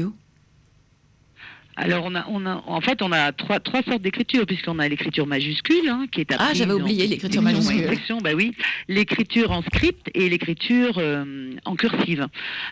Alors on a trois sortes d'écriture, puisqu'on a l'écriture majuscule qui est apprise. Ah, j'avais oublié l'écriture majuscule. Bah oui, l'écriture en script et l'écriture en cursive.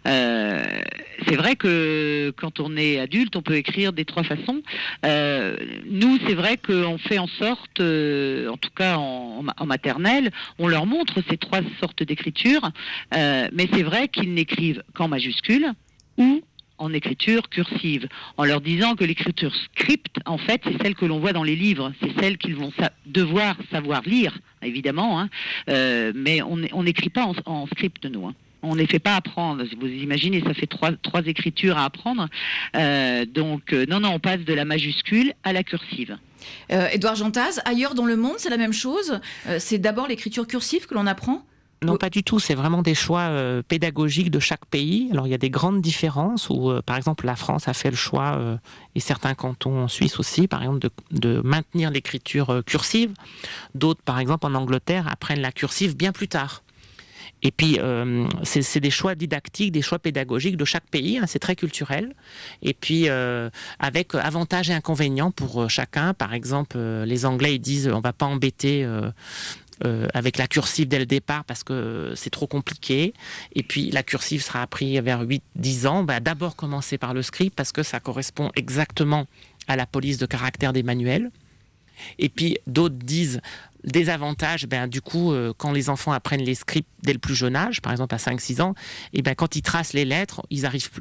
C'est vrai que quand on est adulte, on peut écrire des trois façons. Nous, c'est vrai qu'on fait en sorte, en tout cas en maternelle, on leur montre ces trois sortes d'écriture, mais c'est vrai qu'ils n'écrivent qu'en majuscule ou en écriture cursive, en leur disant que l'écriture script, en fait, c'est celle que l'on voit dans les livres, c'est celle qu'ils vont devoir savoir lire, évidemment, mais on n'écrit pas en script, nous. On ne les fait pas apprendre. Vous imaginez, ça fait trois écritures à apprendre. Donc, non, on passe de la majuscule à la cursive. Édouard Jantaz, ailleurs dans le monde, c'est la même chose ? C'est d'abord l'écriture cursive que l'on apprend ? Non, pas du tout. C'est vraiment des choix pédagogiques de chaque pays. Alors, il y a des grandes différences où, par exemple, la France a fait le choix, et certains cantons en Suisse aussi, par exemple, de maintenir l'écriture cursive. D'autres, par exemple, en Angleterre, apprennent la cursive bien plus tard. Et puis, c'est des choix didactiques, des choix pédagogiques de chaque pays, c'est très culturel. Et puis, avec avantages et inconvénients pour chacun. Par exemple, les Anglais, ils disent on ne va pas embêter avec la cursive dès le départ parce que c'est trop compliqué. Et puis, la cursive sera apprise vers 8-10 ans. D'abord, commencer par le script parce que ça correspond exactement à la police de caractère des manuels. Et puis, d'autres disent des avantages, du coup, quand les enfants apprennent les scripts dès le plus jeune âge, par exemple à 5-6 ans, et quand ils tracent les lettres, il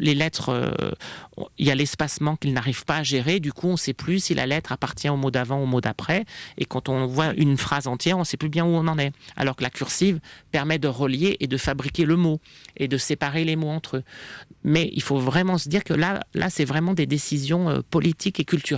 y a l'espacement qu'ils n'arrivent pas à gérer, du coup on ne sait plus si la lettre appartient au mot d'avant ou au mot d'après, et quand on voit une phrase entière, on ne sait plus bien où on en est. Alors que la cursive permet de relier et de fabriquer le mot, et de séparer les mots entre eux. Mais il faut vraiment se dire que là c'est vraiment des décisions politiques et culturelles.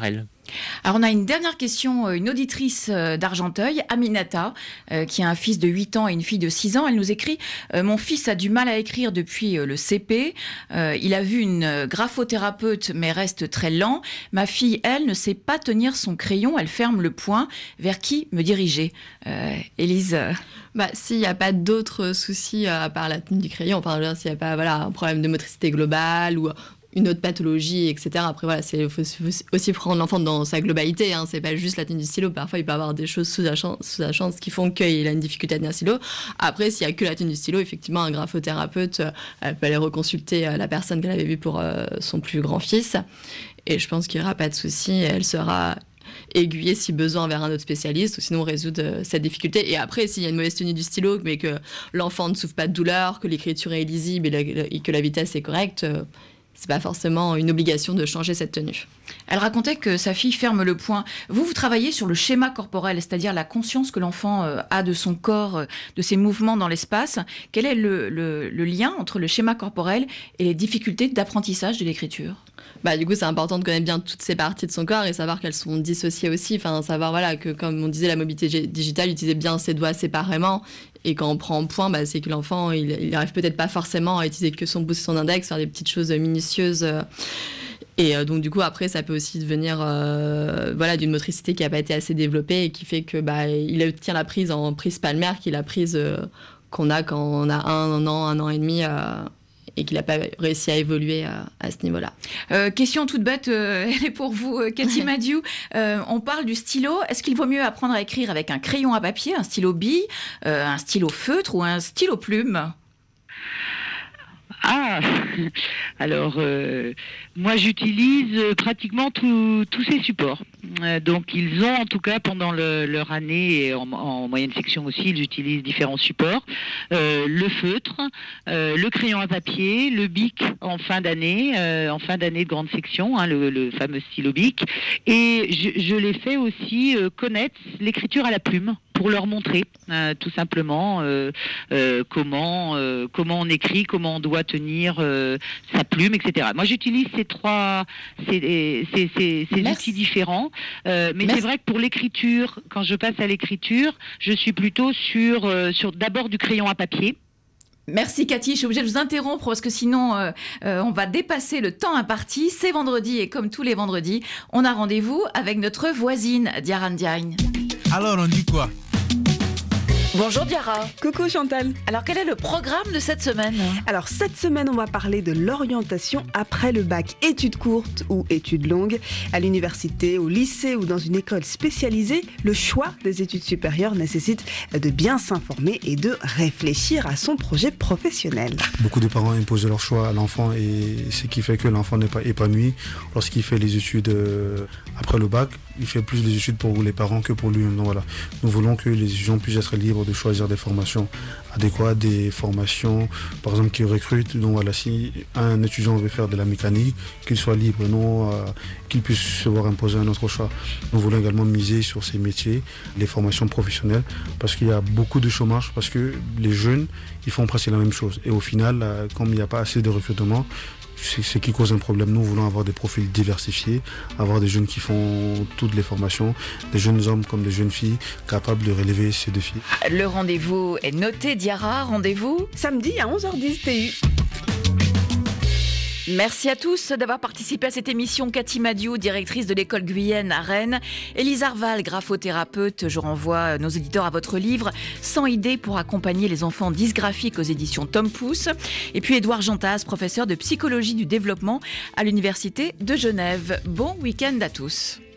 Alors on a une dernière question, une auditrice d'Argenteuil, Aminata, qui a un fils de 8 ans et une fille de 6 ans. Elle nous écrit « Mon fils a du mal à écrire depuis le CP. Il a vu une graphothérapeute mais reste très lent. Ma fille, elle, ne sait pas tenir son crayon. Elle ferme le poing. Vers qui me diriger ?» Élise S'il n'y a pas d'autres soucis à part la tenue du crayon, s'il n'y a pas un problème de motricité globale ou une autre pathologie, etc. Après, il faut aussi prendre l'enfant dans sa globalité. C'est pas juste la tenue du stylo. Parfois, il peut y avoir des choses sous-jacentes qui font qu'il a une difficulté à tenir un stylo. Après, s'il n'y a que la tenue du stylo, effectivement, un graphothérapeute peut aller reconsulter la personne qu'elle avait vue pour son plus grand fils. Et je pense qu'il n'y aura pas de souci. Elle sera aiguillée si besoin vers un autre spécialiste ou sinon résoudre cette difficulté. Et après, s'il y a une mauvaise tenue du stylo, mais que l'enfant ne souffre pas de douleur, que l'écriture est lisible et que la vitesse est correcte, c'est pas forcément une obligation de changer cette tenue. Elle racontait que sa fille ferme le poing. Vous travaillez sur le schéma corporel, c'est-à-dire la conscience que l'enfant a de son corps, de ses mouvements dans l'espace. Quel est le lien entre le schéma corporel et les difficultés d'apprentissage de l'écriture ? Du coup, c'est important de connaître bien toutes ces parties de son corps et savoir qu'elles sont dissociées aussi. Savoir que, comme on disait, la mobilité digitale, utiliser bien ses doigts séparément. Et quand on prend en point, c'est que l'enfant, il n'arrive peut-être pas forcément à utiliser que son pouce et son index, faire des petites choses minutieuses. Et donc, du coup, après, ça peut aussi devenir d'une motricité qui n'a pas été assez développée et qui fait que il obtient la prise en prise palmaire, qui est la prise qu'on a quand on a un an et demi. Et qu'il n'a pas réussi à évoluer à ce niveau-là. Question toute bête, elle est pour vous, Cathy Madiou. On parle du stylo. Est-ce qu'il vaut mieux apprendre à écrire avec un crayon à papier, un stylo bille, un stylo feutre ou un stylo plume ? Alors, moi j'utilise pratiquement tous ces supports. Donc ils ont en tout cas pendant leur année et en moyenne section aussi, ils utilisent différents supports. Le feutre, le crayon à papier, le bic en fin d'année de grande section, le fameux stylo bic. Et je les fais aussi connaître l'écriture à la plume pour leur montrer tout simplement comment on écrit, comment on doit tenir sa plume, etc. Moi, j'utilise ces outils différents, mais c'est vrai que pour l'écriture, quand je passe à l'écriture, je suis plutôt sur d'abord du crayon à papier. Merci Cathy, je suis obligée de vous interrompre parce que sinon on va dépasser le temps imparti. C'est vendredi et comme tous les vendredis, on a rendez-vous avec notre voisine Diarra Ndiaye. Alors on dit quoi ? Bonjour Diarra. Coucou Chantal. Alors quel est le programme de cette semaine ? Alors cette semaine on va parler de l'orientation après le bac, études courtes ou études longues. À l'université, au lycée ou dans une école spécialisée, le choix des études supérieures nécessite de bien s'informer et de réfléchir à son projet professionnel. Beaucoup de parents imposent leur choix à l'enfant et ce qui fait que l'enfant n'est pas épanoui lorsqu'il fait les études après le bac. Il fait plus des études pour les parents que pour lui-même. Donc voilà, nous voulons que les étudiants puissent être libres de choisir des formations adéquates, des formations par exemple qui recrutent. Donc voilà, si un étudiant veut faire de la mécanique, qu'il soit libre, non qu'il puisse se voir imposer un autre choix. Nous voulons également miser sur ces métiers, les formations professionnelles, parce qu'il y a beaucoup de chômage, parce que les jeunes, ils font presque la même chose. Et au final, comme il n'y a pas assez de recrutement, c'est ce qui cause un problème. Nous voulons avoir des profils diversifiés, avoir des jeunes qui font toutes les formations, des jeunes hommes comme des jeunes filles capables de relever ces défis. Le rendez-vous est noté, Diarra. Rendez-vous samedi à 11h10 TU. Merci à tous d'avoir participé à cette émission. Cathy Madiou, directrice de l'école Guyenne à Rennes. Élise Arval, graphothérapeute. Je renvoie nos auditeurs à votre livre 100 idées pour accompagner les enfants dysgraphiques aux éditions Tom Pouce. Et puis Édouard Jantaz, professeur de psychologie du développement à l'Université de Genève. Bon week-end à tous.